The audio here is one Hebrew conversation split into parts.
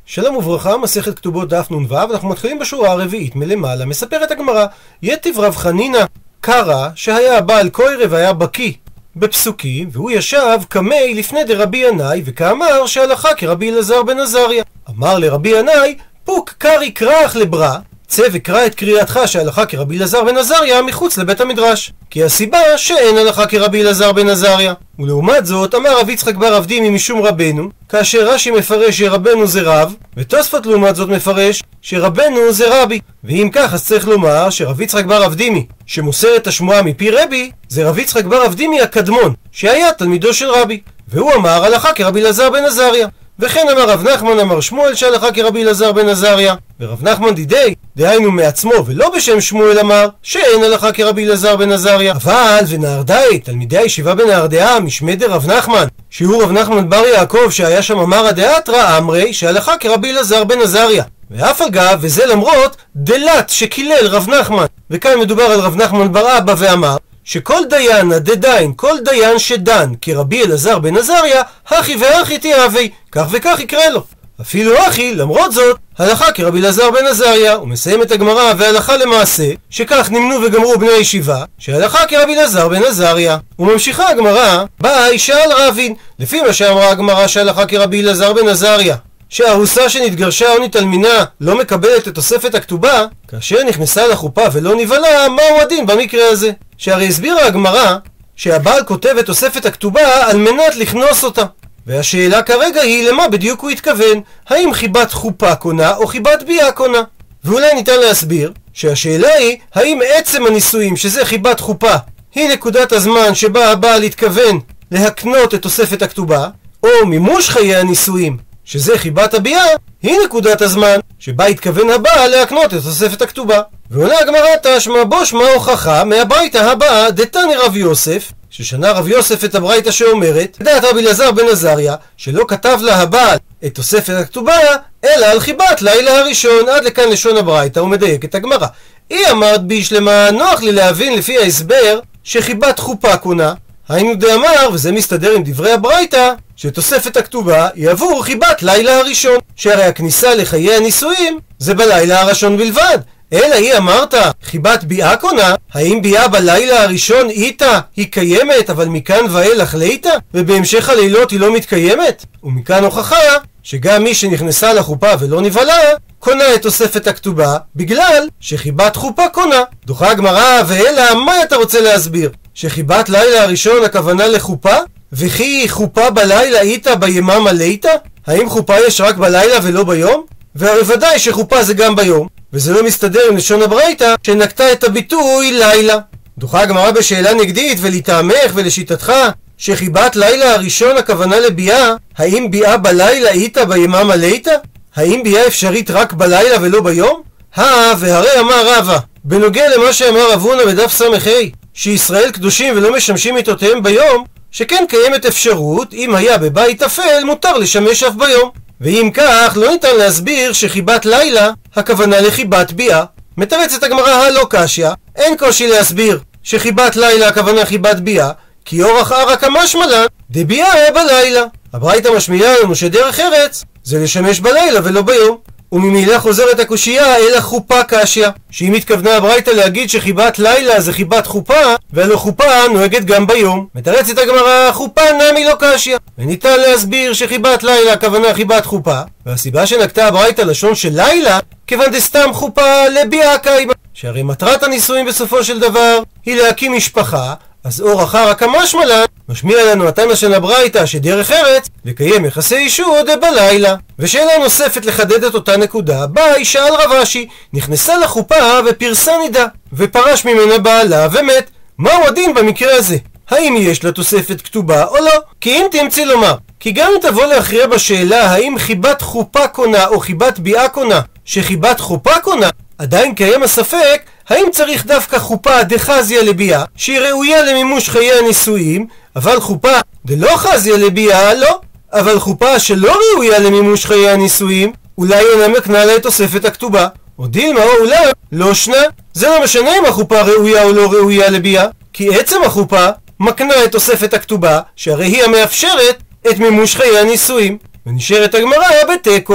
שלום וברכה, מסכת כתובות דף נ"ו, אנחנו מתחילים בשורה הרביעית מלמעלה. מספרת הגמרא, יתיב רב חנינא קרא שהיה בעל קוירא והיה בקיא בפסוקים, והוא ישב כמי לפני דרבי ינאי וכאמר שהלכה כרבי אלעזר בן עזריה. אמר לרבי ינאי, פוק קרי קרח לברא, צא וקרא את קריאתך שהלכה כרבי אלעזר בן עזריה מחוץ לבית המדרש, כי הסיבה שאין הלכה כרבי אלעזר בן עזריה. ולעומת זאת אמר רב יצחק בר אבדימי משום רבנו, כאשר רש"י מפרש שרבנו זה רב, ותוספות לעומת זאת מפרש שרבנו זה רבי. ואם כך אז צריך לומר שרב יצחק בר אבדימי שמוסר את השמועה מפי רבי זה רב יצחק בר אבדימי הקדמון שהיה תלמידו של רבי, והוא אמר הלכה כרבי אלעזר בן עזריה. וכן אמר רב נחמן אמר שמואל שהלכה כרבי אלעזר בן עזריה, ורב נחמן דידי, דהיינו מעצמו ולא בשם שמואל, אמר שאין הלכה כרבי אלעזר בן עזריה. אבל ונהרדאי, תלמידי הישיבה בנהרדעה משמי דרב נחמן, שהוא רב נחמן בר יעקב שהיה שם אמר דאתרא אמרי שהלכה כרבי אלעזר בן עזריה. ואף אגב, וזה למרות דלת שקילל רב נחמן, וכאן מדובר על רב נחמן בר אבא, ואמר שכל דיין הדדיין, כל דיין שדן כרבי אלעזר בן עזריה, הכי ואחי תיאבי, כך וכך יקרה לו. אפילו אחי, למרות זאת, הלכה כרבי אלעזר בן עזריה. ומסיים את הגמרא והלכה למעשה, שכך נמנו וגמרו בני הישיבה, שהלכה כרבי אלעזר בן עזריה. וממשיכה הגמרא, באה אישה על רבין, לפי מה שאמרה הגמרא שהלכה כרבי אלעזר בן עזריה, שהארוסה שנתגרשה או נתאלמנה לא מקבלת את תוספת הכתובה, כאשר נכנסה לחופה ולא נבהלה, מהו הדין במקרה הזה? שהרי הסבירה הגמרא שהבעל כותב את תוספת הכתובה על מנת לכנוס אותה, והשאלה כרגע היא למה בדיוק הוא התכוון, האם חיבת חופה קונה או חיבת ביאה קונה. ואולי ניתן להסביר שהשאלה היא האם עצם הנישואים שזה חיבת חופה היא נקודת הזמן שבה הבעל התכוון להקנות את תוספת הכתובה, או מימוש חיי הנישואים שזה חיבת הביאה היא נקודת הזמן שבה התכוון הבעל להקנות את תוספת הכתובה. ועולה הגמרא תשמע בושמע הוכחה מהברייתא הבאה דתני רב יוסף, ששנה רב יוסף את הברייתא שאומרת דעת רבי אלעזר בן עזריה שלא כתב לה הבעל את תוספת הכתובה אלא על חיבת לילה הראשון. עד לכאן לשון הברייתא. הוא מדייק את הגמרא, היא אמרת בישלמה, נוח לי להבין לפי ההסבר שחיבת חופה קונה, היינו דאמר, וזה מסתדר עם דברי הברייתא, שתוספת הכתובה היא עבור חיבת לילה הראשון, שהרי הכניסה לחיי הנישואים זה בלילה הראשון בלבד. אלא היא אמרת חיבת ביאה קונה, האם ביאה בלילה הראשון איתה היא קיימת אבל מכאן ואילך ליתה ובהמשך הלילות היא לא מתקיימת? ומכאן הוכחה שגם מי שנכנסה לחופה ולא נבהלה קונה את תוספת הכתובה בגלל שחיבת חופה קונה. דוחה הגמרא, ואלא מה אתה רוצה להסביר? שחיבת לילה הראשון הכוונה לחופה? וכי חופה בלילה איתה ביממה ליתה? האם חופה יש רק בלילה ולא ביום? והרי ודאי שחופה זה גם ביום, וזה לא מסתדר עם לשון הברייתא שנקטה את הביטוי לילה. דוחה הגמרא בשאלה נגדית, ולטעמך ולשיטתך שחיבת לילה הראשון הכוונה לביאה, האם ביאה בלילה איתה ביממה ליתה? האם ביאה אפשרית רק בלילה ולא ביום? והרי אמר רבא בנוגע למה שאמר רב הונא בדף ס"ה שישראל קדושים ולא משמשים מיתותיהם ביום, שכן קיימת אפשרות אם היה בבית אפל מותר לשמש אף ביום. ואם כך לא ניתן להסביר שחיבת לילה הכוונה לחיבת ביאה. מתרצת הגמרא הלא קשיא, אין קושי להסביר שחיבת לילה הכוונה חיבת ביאה, כי אורח ערא משמע לן דביאה בלילה. הברייתא משמיעה לנו שדרך ארץ זה לשמש בלילה ולא ביום, וממילא חוזרת הקושייה אל חופה קשיא, שאם התכוונה הברייתא להגיד שחיבת לילה זה חיבת חופה והלא חופה נוהגת גם ביום. מתרצת הגמרא חופה נמי לא קשיא, וניתן להסביר שחיבת לילה הכוונה חיבת חופה, והסיבה שנקטה הברייתא לשון של לילה כיוון דסתם חופה לביאה קיימא, שהרי מטרת הנישואים בסופו של דבר היא להקים משפחה, אז אורח ערא משמע לן משמיע לנו התנא של הברייתא שדרך ארץ לקיים יחסי אישות בלילה. ושאלה נוספת לחדד את אותה נקודה, באה אישה על רב אשי, נכנסה לחופה ופרסה נידה ופרש ממנה בעלה ומת. מהו הדין במקרה הזה? האם יש לה תוספת כתובה או לא? כי אם תמציא לומר, כי גם אם תבוא להכריע בשאלה האם חיבת חופה קונה או חיבת ביאה קונה, שחיבת חופה קונה עדיין קיים הספק האם צריך דווקא חופה דחזיה לביאה שהיא ראויה למימוש חיי הנישואים, אבל חופה דלא חזיה לביאה לא, אבל חופה שלא ראויה למימוש חיי הנישואים אולי אינה מקנה לה את תוספת הכתובה, או דילמה או אולי לא שנה. זה לא משנה אם החופה ראויה או לא ראויה לביאה, כי עצם החופה מקנה את תוספת הכתובה שהרי היא המאפשרת את מימוש חיי הנישואים. ונשארת הגמרא בתיקו.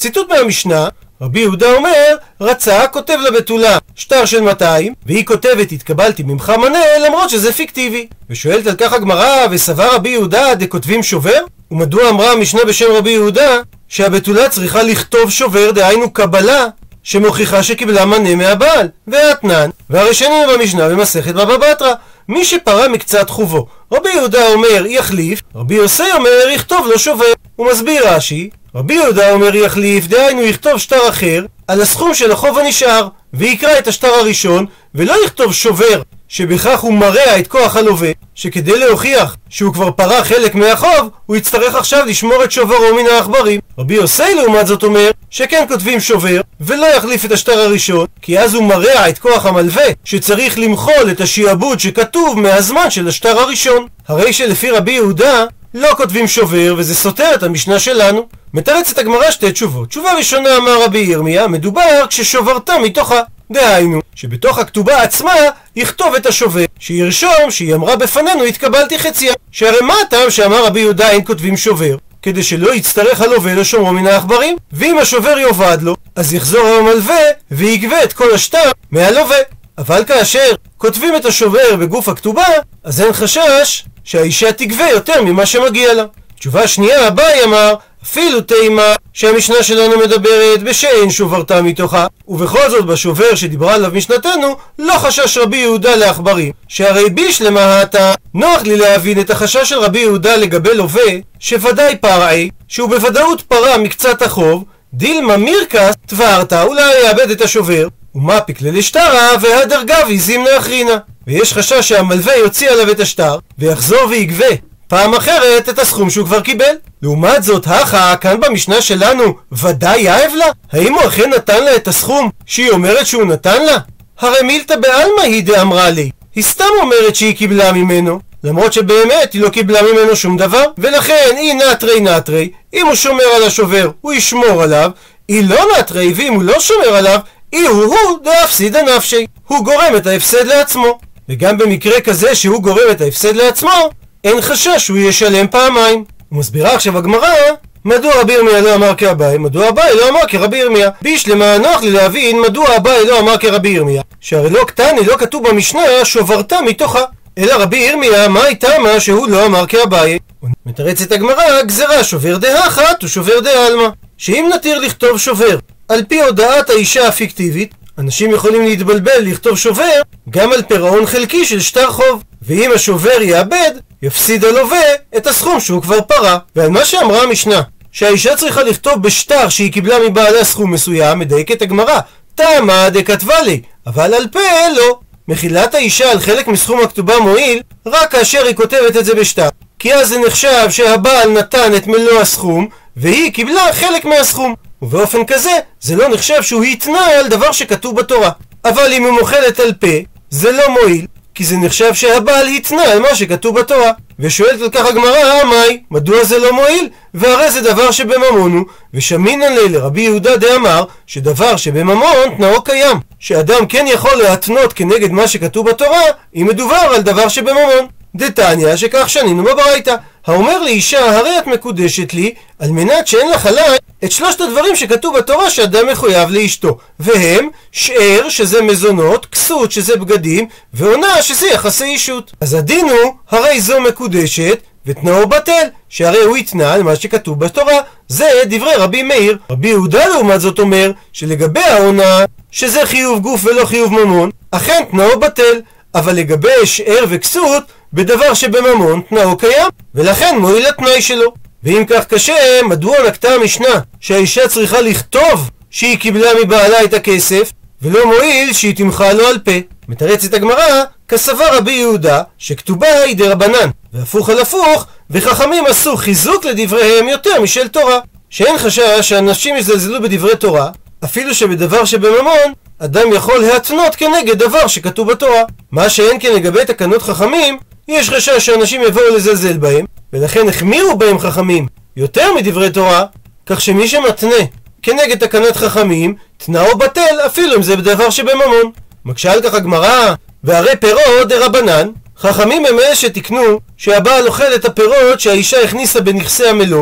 ציטוט מהמשנה, רבי יהודה אומר, רצה כותב לבתולה שטר של 200, והיא כותבת התקבלתי ממך מנה, למרות שזה פיקטיבי. ושואלת על כך הגמרא, וסבר רבי יהודה דכותבים שובר? ומדוע אמרה המשנה בשם רבי יהודה שהבתולה צריכה לכתוב שובר, דהיינו קבלה, שמוכיחה שקיבלה מנה מהבעל? ואתנן, והרי שנינו במשנה במסכת בבא בתרא, מי שפרה מקצת חובו. רבי יהודה אומר יחליף, רבי יוסי אומר יכתוב לו שובר. הוא מסביר רש"י, רבי יהודה אומר יחליף, דהיינו יכתוב שטר אחר על הסכום של החוב הנשאר, ויקרא את השטר הראשון, ולא יכתוב שובר, שבכך הוא מראה את כוח הלווה, שכדי להוכיח שהוא כבר פרה חלק מהחוב, הוא יצטרך עכשיו לשמור את שוברו מן העכברים. רבי יוסי לעומת זאת אומר שכן כותבים שובר, ולא יחליף את השטר הראשון, כי אז הוא מראה את כוח המלווה, שצריך למחול את השיעבוד שכתוב מהזמן של השטר הראשון. הרי שלפי רבי יהודה לא כותבים שובר, וזה סותר את המשנה שלנו. מתרצת הגמרא שתי תשובות. תשובה ראשונה, אמר רבי ירמיה, מדובר כששוברת מתוכה, דהיינו שבתוך הכתובה עצמה יכתוב את השובר, שירשום שהיא אמרה בפנינו התקבלתי חציה. שהרי מה הטעם שאמר רבי יהודה אין כותבים שובר? כדי שלא יצטרך הלווה לשומרו מן העכברים, ואם השובר יאבד לו, אז יחזור המלווה ויגבה את כל השטר מהלווה. אבל כאשר כותבים את השובר בגוף הכתובה, אז אין חשש שהאישה תגבה יותר ממה שמגיע לה. תשובה שנייה, אביי אמר, אפילו תימה שהמשנה שלנו מדברת בשאין שוברתה מתוכה, ובכל זאת בשובר שדיברה עליו משנתנו לא חשש רבי יהודה לעכברים, שהרי בישלמה הטה. נוח לי להבין את החשש של רבי יהודה לגבי לווה שוודאי פרעי, שהוא בוודאות פרה מקצת החוב, דילמה מירקס תברתה, אולי יאבד את השובר, ומה פיקלה לשטרה והדרגה ויזימנה אחרינה, ויש חשש שהמלווה יוציא עליו את השטר ויחזור ויגבה פעם אחרת את הסכום שהוא כבר קיבל. לעומת זאת, כאן במשנה שלנו ודאי יאהב לה? האם הוא אכן נתן לה את הסכום שהיא אומרת שהוא נתן לה? הרי מילתא בעלמא היא דאמרה לי, היא סתם אומרת שהיא קיבלה ממנו, למרות שבאמת היא לא קיבלה ממנו שום דבר. ולכן היא נטרי, אם הוא שומר על השובר הוא ישמור עליו, היא לא נטרי, ואם הוא לא שומר עליו היא הוא דאפסידא נפשי, הוא גורם את ההפסד לעצמו. וגם במקרה כזה שהוא גורם את ההפסד לעצמו, אין חשש שהוא ישלם פעמיים. הוא מסבירה עכשיו הגמרא, מדוע רבי ירמיה לא אמר כאביי, מדוע אביי לא אמר כרבי ירמיה. בישלמה נוח לי להבין מדוע אביי לא אמר כרבי ירמיה, שהרי לא קטני, לא כתוב במשנה שוברתה מתוכה, אלא רבי ירמיה מה הייתה מה שהוא לא אמר כאביי. מתרצת הגמרא, גזרה שובר דהחת ושובר דעלמא, שאם נתיר לכתוב שובר על פי הודעת האישה הפיקטיבית, אנשים יכולים להתבלבל לכתוב שובר גם על פירעון חלקי של שטר חוב, ואם השובר יאבד, יפסיד הלווה את הסכום שהוא כבר פרה. ועל מה שאמרה המשנה שהאישה צריכה לכתוב בשטר שהיא קיבלה מבעלה סכום מסוים, מדייקת הגמרא, תמה דכתבה לי, אבל על פה לא. מחילת האישה על חלק מסכום הכתובה מועיל רק כאשר היא כותבת את זה בשטר, כי אז זה נחשב שהבעל נתן את מלוא הסכום והיא קיבלה חלק מהסכום, ובאופן כזה זה לא נחשב שהוא התנה על דבר שכתוב בתורה. אבל אם הוא מוחלת על פה זה לא מועיל, כי זה נחשב שהבעל התנה על מה שכתוב בתורה. ושואלת על כך הגמרא, מאי, מדוע זה לא מועיל? והרי זה דבר שבממון הוא, ושמינן לי לרבי יהודה דאמר שדבר שבממון תנאו קיים, שאדם כן יכול להתנות כנגד מה שכתוב בתורה אם מדובר על דבר שבממון. דתניא שכך שנינו בברייתא, האומר לאישה הרי את מקודשת לי, על מנת שאין לך עליי את שלושת הדברים שכתוב בתורה שאדם מחויב לאשתו, והם שאר שזה מזונות, כסות שזה בגדים, ועונה שזה יחסי אישות. אז הדין הוא הרי זו מקודשת ותנאו בטל, שהרי הוא יתנה על מה שכתוב בתורה. זה דברי רבי מאיר. רבי יהודה לעומת זאת אומר שלגבי העונה שזה חיוב גוף ולא חיוב ממון, אכן תנאו בטל, אבל לגבי שאר וכסות בדבר שבממון תנאו קיים, ולכן מועיל התנאי שלו. ואם כך קשה, מדוע נקטה המשנה שהאישה צריכה לכתוב שהיא קיבלה מבעלה את הכסף, ולא מועיל שהיא תמחה לו על פה? מתרצת הגמרא, כסבר רבי יהודה שכתובה היא דרבנן, והפוך על הפוך, וחכמים עשו חיזוק לדבריהם יותר משל תורה, שאין חשש שאנשים יזלזלו בדברי תורה, אפילו שבדבר שבממון אדם יכול להתנות כנגד דבר שכתוב בתורה. מה שאין כן לגבי תקנות חכמים, יש חשש שאנשים יבואו לזלזל בהם, ולכן החמירו בהם חכמים יותר מדברי תורה, כך שמי שמתנה כנגד תקנת חכמים תנאו בטל אפילו אם זה בדבר שבממון. מקשה על כך הגמרא, והרי פירות דרבנן, חכמים הם אלה שתקנו שהבעל אוכל את הפירות שהאישה הכניסה בנכסי המלוג,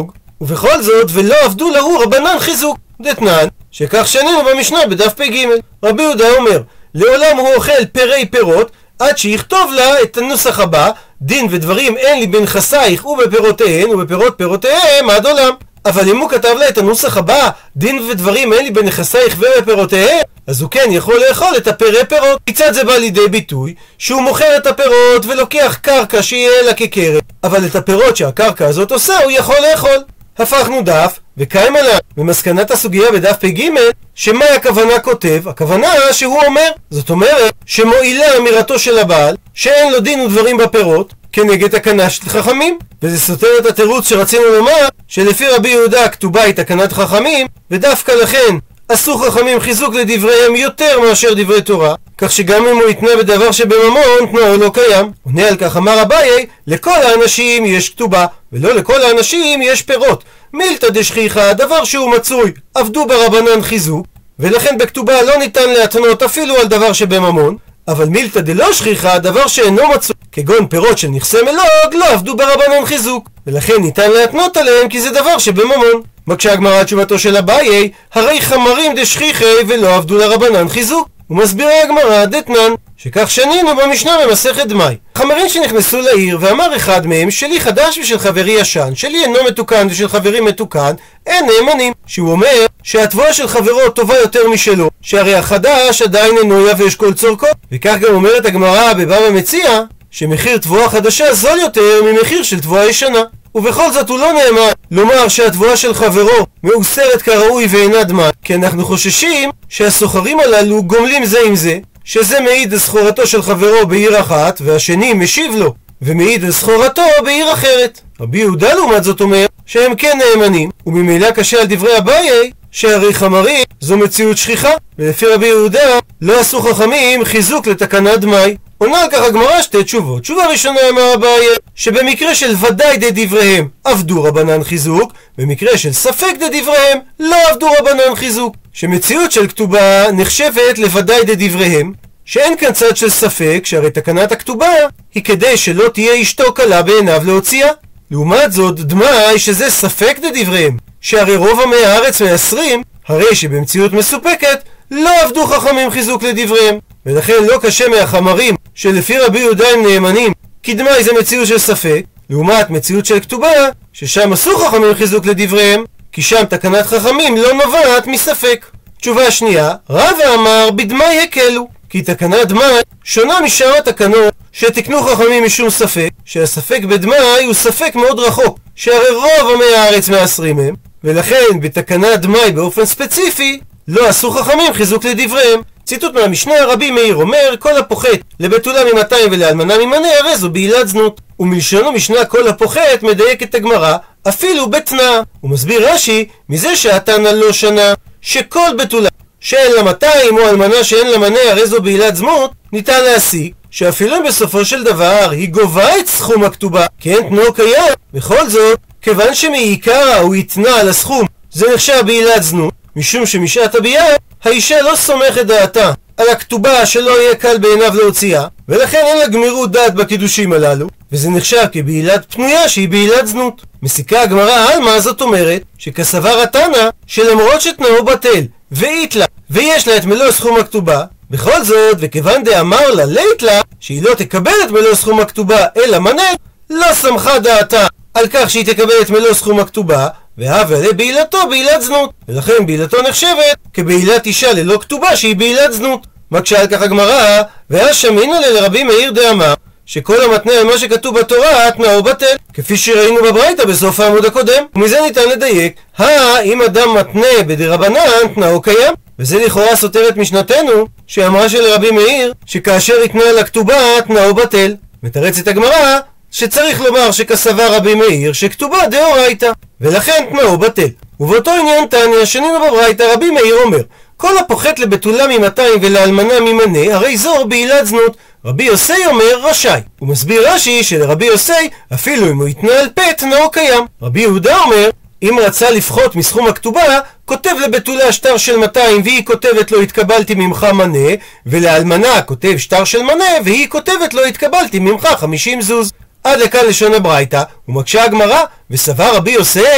ובכל זאת ולא עבדו להו רבנן חיזוק דתנן, שכך שנינו במשנה בדף פ"ג. רבי יהודה אומר, לעולם הוא אוכל פרי פירות עד שיכתוב לה את הנוסח הבא, דין ודברים אין לי בנכסייך ובפירותיהן ובפירות פירותיהם עד עולם. אבל אם הוא כתב לה את הנוסח הבא, דין ודברים אין לי בנכסייך ובפירותיהם, אז הוא כן יכול לאכול את הפרי פירות. כיצד זה בא לידי ביטוי? שהוא מוכר את הפירות ולוקח קרקע שיהיה לה כקרן, אבל את הפירות שהקרקע הזאת עושה הוא יכול לאכול. הפכנו דף וקיים עליו במסקנת הסוגיה בדף פ"ג, שמה הכוונה כותב? הכוונה שהוא אומר, זאת אומרת שמועילה אמירתו של הבעל שאין לו דין ודברים בפירות כנגד תקנה של חכמים, וזה סותר את התירוץ שרצינו לומר שלפי רבי יהודה כתובה היא תקנת חכמים, ודווקא לכן עשו חכמים חיזוק לדבריהם יותר מאשר דברי תורה, כך שגם אם הוא יתנה בדבר שבממון תנאו לא קיים. עונה על כך אמר אביי, לכל האנשים יש כתובה ולא לכל האנשים יש פירות. מילתא דשכיחא, דבר שהוא מצוי, עבדו ברבנן חיזוק, ולכן בכתובה לא ניתן להתנות אפילו על דבר שבממון. אבל מילתא דלא שכיחא, דבר שאינו מצוי, כגון פירות של נכסי מלוג, לא עבדו ברבנן חיזוק, ולכן ניתן להתנות עליהם כי זה דבר שבממון. מקשה הגמרא תשובתו של אביי, הרי חמרים דשכיחי ולא עבדו לרבנן חיזוק. ומסבירה הגמרא דתנן, שכך שנינו במשנה במסכת דמאי. חמרים שנכנסו לעיר ואמר אחד מהם, שלי חדש ושל חברי ישן, שלי אינו מתוקן ושל חברי מתוקן, אין נאמנים. שהוא אומר שהתבואה של חברו טובה יותר משלו, שהרי החדש עדיין אינו יבש כל צורכו. וכך גם אומרת הגמרא בבבא מציעא, שמחיר תבואה חדשה זול יותר ממחיר של תבואה ישנה. ובכל זאת הוא לא נאמן לומר שהתבואה של חברו מאוסרת כראוי ואינה דמן, כי אנחנו חוששים שהסוחרים הללו גומלים זה עם זה, שזה מעיד על סחורתו של חברו בעיר אחת והשני משיב לו ומעיד על סחורתו בעיר אחרת. רבי יהודה לעומת זאת אומר שהם כן נאמנים, וממילא קשה על דברי אביי שהרי חמרים זו מציאות שכיחה, ולפי רבי יהודה לא עשו חכמים חיזוק לתקנת דמאי. עונה על כך הגמרא שתי תשובות. תשובה ראשונה אמר אביי שבמקרה של ודאי דדבריהם עבדו רבנן חיזוק, במקרה של ספק דדבריהם לא עבדו רבנן חיזוק, שמציאות של כתובה נחשבת לוודאי דדבריהם, שאין כאן צד של ספק, שהרי תקנת הכתובה היא כדי שלא תהיה אשתו קלה בעיניו להוציאה. לעומת זאת דמאי שזה ספק דדבריהם, שהרי רוב עמי הארץ מייסרים, הרי שבמציאות מסופקת לא עבדו חכמים חיזוק לדבריהם, ולכן לא קשה מהחמרים שלפי רבי יהודה הם נאמנים, כי דמאי זה מציאות של ספק, לעומת מציאות של כתובה ששם עשו חכמים חיזוק לדבריהם, כי שם תקנת חכמים לא נובעת מספק. תשובה שנייה, רבא אמר בדמאי יקלו, כי תקנת דמאי שונה משאר התקנות שתקנו חכמים משום ספק, שהספק בדמאי הוא ספק מאוד רחוק, שהרי רוב עמי הארץ מייסרים הם, ולכן בתקנת דמאי באופן ספציפי לא עשו חכמים חיזוק לדבריהם. ציטוט מהמשנה, רבי מאיר אומר, כל הפוחת לבתולה מ-200 ולאלמנה ממנה הרי זו בעילת זנות. ומלשונו משנה כל הפוחת מדייק את הגמרא אפילו בתנא. הוא מסביר רש"י מזה שהתנא לא שנה שכל בתולה שאין לה 200 או אלמנה שאין לה מנה הרי זו בעילת זנות, ניתן להסיק שאפילו בסופו של דבר היא גובה את סכום הכתובה כי אין תנו קיים. בכל זאת, כיוון שמעיקרא הוא יתנה על הסכום, זה נחשב בעילת זנות, משום שמשעת הביאה האישה לא סומכת דעתה על הכתובה שלא יהיה קל בעיניו להוציאה, ולכן אין לה גמירות דעת בקידושים הללו, וזה נחשב כבעילת פנויה שהיא בעילת זנות. מסיקה הגמרא עלמא, זאת אומרת שכסבר התנא שלמרות שתנאו בטל ואית לה ויש לה את מלוא סכום הכתובה, בכל זאת וכיוון דאמר לה לית לה שהיא לא תקבל את מלוא סכום הכתובה אלא מנה, לא סמכה דעתה על כך שהיא תקבל את מלוא סכום הכתובה, והווה בעילתו בעילת זנות, ולכן בעילתו נחשבת כבעילת אישה ללא כתובה שהיא בעילת זנות. מקשה על כך הגמרא, והשמינא לרבי מאיר דאמר שכל המתנה על מה שכתוב בתורה תנאו בטל, כפי שראינו בברייתא בסוף העמוד הקודם. ומזה ניתן לדייק, אם אדם מתנה בדרבנן תנאו קיים, וזה לכאורה סותר את משנתנו שאמרה שלרבי מאיר שכאשר יתנה על הכתובה תנאו בטל. מתרצת הגמרא שצריך לומר שכסבר רבי מאיר שכתובה דאורייתא, ולכן תנאו בטל. ובאותו עניין תניא שנינו בברייתא, רבי מאיר אומר כל הפוחת לבתולה מ-200 ולאלמנה ממנה הרי זו בעילת זנות. רבי יוסי אומר רשאי. הוא מסביר רש"י שלרבי יוסי אפילו אם הוא יתנה על פה תנאו קיים. רבי יהודה אומר אם רצה לפחות מסכום הכתובה כותב לבתולה שטר של 200 והיא כותבת לו התקבלתי ממך מנה, ולאלמנה כותב שטר של מנה והיא כותבת לו התקבלתי ממך 50 זוז. עד לכאן לשון הברייתא. ומקשה הגמרא וסבר רבי יוסי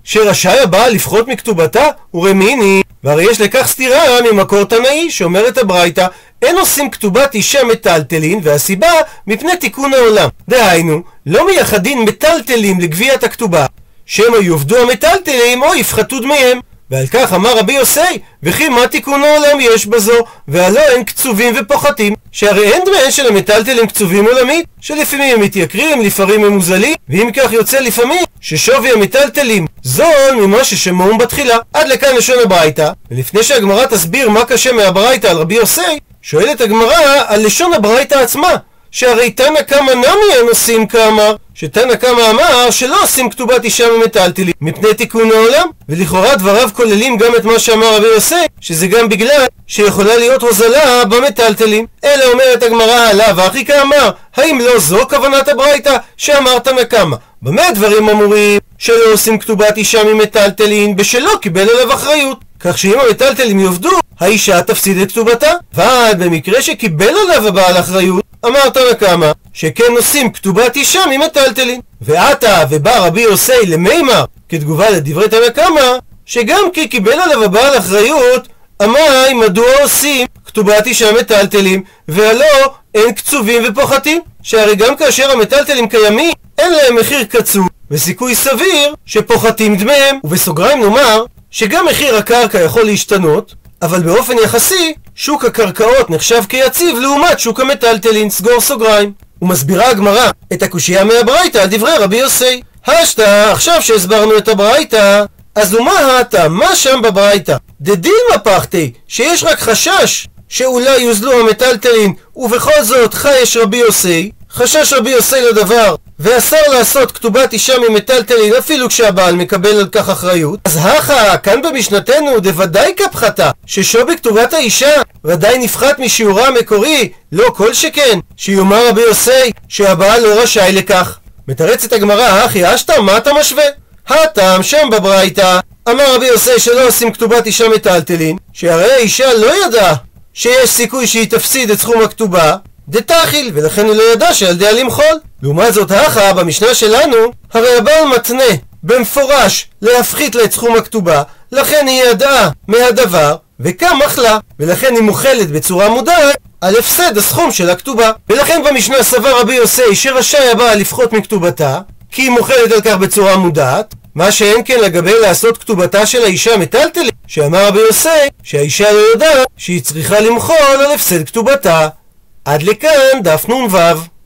שרשאי הבעל לפחות מכתובתה? ורמיני, והרי יש לכך סתירה ממקור תנאי שאומרת הברייתא אין עושים כתובת אישה מטלטלין, והסיבה מפני תיקון העולם. דהיינו, לא מייחדין מטלטלים לגביית הכתובה, שמא יאבדו המטלטלים או יפחתו דמיהם. ועל כך אמר רבי יוסי, וכי מה תיקון העולם יש בזו, והלא הן קצובים ופוחתים, שהרי אין דמיהם של המטלטלים קצובים עולמית, שלפעמים הם מתייקרים, לפעמים הם מוזלים, ואם כך יוצא לפעמים ששווי המטלטלים זול ממה ששמעון בתחילה. עד לכאן לשון הברייתא. ולפני שהגמרא תסביר מה קשה מהברייתא על רבי יוסי, שואלת הגמרא על לשון הברייתא עצמה, שהרי תנא קמא נמי אין עושים כאמר, שתנא קמא אמר שלא עושים כתובת אישה ממטלטלים מפני תיקון העולם, ולכאורה דבריו כוללים גם את מה שאמר רבי יוסי, שזה גם בגלל שיכולה להיות הוזלה במטלטלים. אלא אומרת הגמרא עליו ואחי כאמר, האם לא זו כוונת הברייתא שאמר תנא קמא? במה דברים אמורים שלא עושים כתובת אישה ממטלטלים בשלא קיבל עליו אחריות, כך שאם המטלטלים יאבדו האישה תפסיד את כתובתה. אבל במקרה שקיבל עליו הבעל אחריות, אמר תנא קמא שכן עושים כתובת אישה ממטלטלין. ועתה ובא רבי יוסי למימר כתגובה לדברי תנא קמא, שגם כי קיבל עליו הבעל אחריות, אמר מדוע עושים כתובת אישה מטלטלים והלא אין קצובים ופוחתים, שהרי גם כאשר המטלטלים קיימים אין להם מחיר קצוב וסיכוי סביר שפוחתים דמיהם. ובסוגריים נאמר שגם מחיר הקרקע יכול להשתנות, אבל באופן יחסי שוק הקרקעות נחשב כיציב לעומת שוק המטלטלין, סגור סוגריים. ומסבירה הגמרא את הקושייה מהברייתא על דברי רבי יוסי. השתא, עכשיו שהסברנו את הברייתא, אז ומה הטעם? מה שם בברייתא? דדילמה פחתי, שיש רק חשש שאולי יוזלו המטלטלין, ובכל זאת חייש רבי יוסי, חשש רבי יוסי לדבר ואסר לעשות כתובת אישה ממטלטלין אפילו כשהבעל מקבל על כך אחריות. אז הכה, כאן במשנתנו דוודאי כפחתה, ששווי כתובת האישה ודאי נפחת משיעורה המקורי, לא כל שכן שיאמר רבי יוסי שהבעל לא רשאי לכך. מתרצת הגמרא, הכי אשתא, מה אתה משווה? הטעם שם בברייתא אמר רבי יוסי שלא עושים כתובת אישה מטלטלין, שהרי האישה לא ידעה שיש סיכוי שהיא תפסיד את סכום הכתובה דתחיל, ולכן היא לא ידעה שילדיה למחול. לעומת זאת הכה, במשנה שלנו הרי הבעל מתנה במפורש להפחית לה את סכום הכתובה, לכן היא ידעה מהדבר וכם מחלה, ולכן היא מוחלת בצורה מודעת על הפסד הסכום של הכתובה. ולכן במשנה סבר רבי יוסי שרשאי הבעל לפחות מכתובתה כי היא מוחלת על כך בצורה מודעת, מה שאין כן לגבי לעשות כתובתה של האישה מטלטלין, שאמר רבי יוסי שהאישה לא יודעת שהיא צריכה למחול על הפסד כתובתה. עד לכאן דף נ"ו.